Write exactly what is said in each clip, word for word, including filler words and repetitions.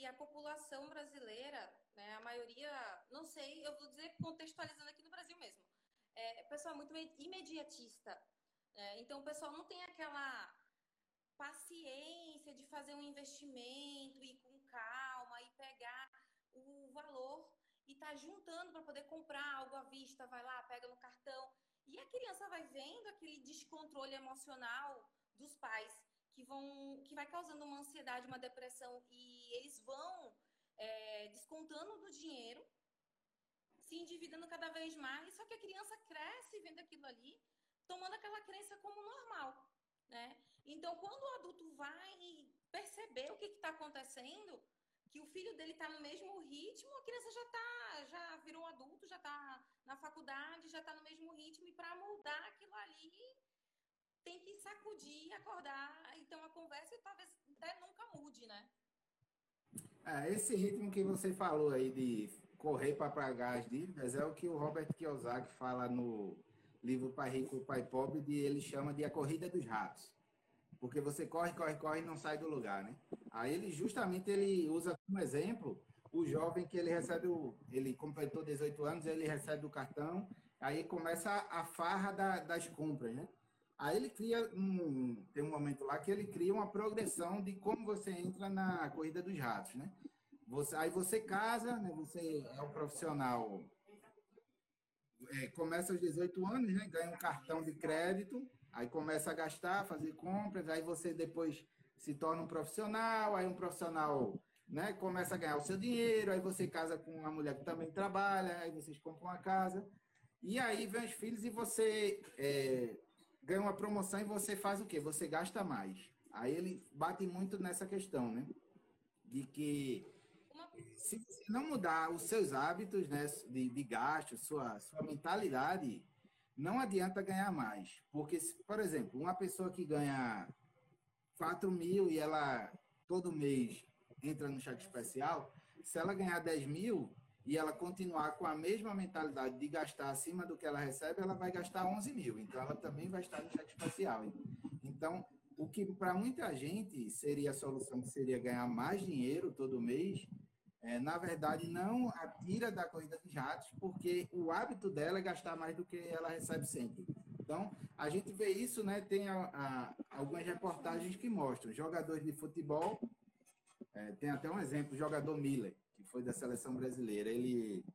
que a população brasileira, né, a maioria, não sei, eu vou dizer contextualizando aqui no Brasil mesmo, é, o pessoal é muito imediatista. Né? Então, o pessoal não tem aquela paciência de fazer um investimento, ir com calma e pegar o valor e tá juntando para poder comprar algo à vista, vai lá, pega no cartão. E a criança vai vendo aquele descontrole emocional dos pais que vão que vai causando uma ansiedade, uma depressão e eles vão é, descontando do dinheiro, se endividando cada vez mais, só que a criança cresce vendo aquilo ali, tomando aquela crença como normal. Né? Então, quando o adulto vai perceber o que está acontecendo, que o filho dele está no mesmo ritmo, a criança já tá, já virou um adulto, já está na faculdade, já está no mesmo ritmo, e para mudar aquilo ali, tem que sacudir, acordar, então a conversa talvez até nunca mude, né? É, esse ritmo que você falou aí de correr para pagar as dívidas é o que o Robert Kiyosaki fala no livro Pai Rico, Pai Pobre, de, ele chama de a corrida dos ratos. Porque você corre, corre, corre e não sai do lugar, né? Aí ele justamente ele usa como exemplo o jovem que ele recebe o, ele completou dezoito anos, ele recebe o cartão, aí começa a, a farra da, das compras, né? Aí ele cria um, tem um momento lá que ele cria uma progressão de como você entra na corrida dos ratos, né? Você, aí você casa, né? Você é um profissional, é, começa aos dezoito anos, né? Ganha um cartão de crédito, aí começa a gastar, fazer compras, aí você depois se torna um profissional, aí um profissional, né, começa a ganhar o seu dinheiro, aí você casa com uma mulher que também trabalha, aí vocês compram uma casa, e aí vem os filhos e você é, ganha uma promoção e você faz o quê? Você gasta mais. Aí ele bate muito nessa questão, né? De que Uma, se você não mudar os seus hábitos, né, de, de gasto, sua, sua mentalidade, não adianta ganhar mais. Porque, por exemplo, uma pessoa que ganha quatro mil e ela todo mês entra no cheque especial, se ela ganhar dez mil e ela continuar com a mesma mentalidade de gastar acima do que ela recebe, ela vai gastar onze mil. Então, ela também vai estar no cheque especial. Então, o que para muita gente seria a solução, que seria ganhar mais dinheiro todo mês, é, na verdade, não a tira da corrida de ratos, porque o hábito dela é gastar mais do que ela recebe sempre. Então, a gente vê isso, né? Tem a, a, algumas reportagens que mostram jogadores de futebol. É, tem até um exemplo, o jogador Miller, que foi da seleção brasileira. Ele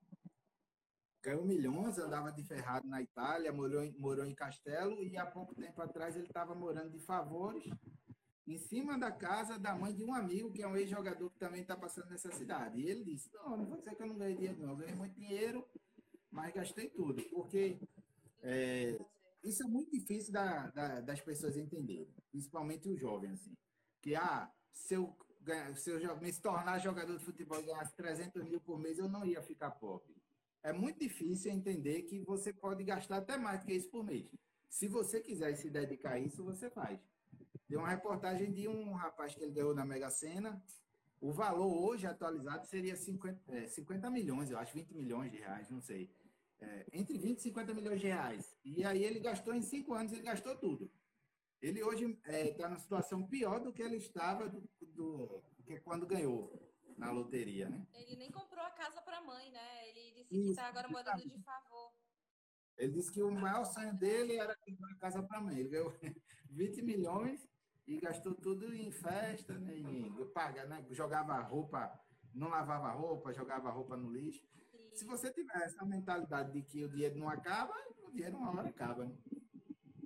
ganhou milhões, andava de Ferrari na Itália, morou em, morou em Castelo e há pouco tempo atrás ele estava morando de favores em cima da casa da mãe de um amigo, que é um ex-jogador que também está passando necessidade. E ele disse: Não, não vou dizer que eu não ganhei dinheiro, não. Eu ganhei muito dinheiro, mas gastei tudo. Porque é, isso é muito difícil da, da, das pessoas entenderem, principalmente os jovens. Assim, que, ah, se eu, ganhar, se eu me tornar jogador de futebol e ganhasse trezentos mil por mês, eu não ia ficar pobre. É muito difícil entender que você pode gastar até mais do que isso por mês. Se você quiser se dedicar a isso, você faz. Deu uma reportagem de um rapaz que ele ganhou na Mega Sena. O valor hoje atualizado seria cinquenta, é, cinquenta milhões, eu acho, vinte milhões de reais, não sei. É, entre vinte e cinquenta milhões de reais. E aí ele gastou em cinco anos, ele gastou tudo. Ele hoje está é, tá numa situação pior do que ele estava do, do, do que quando ganhou na loteria, né? ele nem comprou a casa para a mãe, né? Ele disse que Isso, está agora morando de favor. ele disse que o maior sonho dele era comprar casa para mãe. Ele ganhou vinte milhões e gastou tudo em festa, né? Em paga, né? Jogava roupa, não lavava roupa, jogava roupa no lixo. Se Sim. você tiver essa mentalidade de que o dinheiro não acaba, o dinheiro uma hora acaba, né?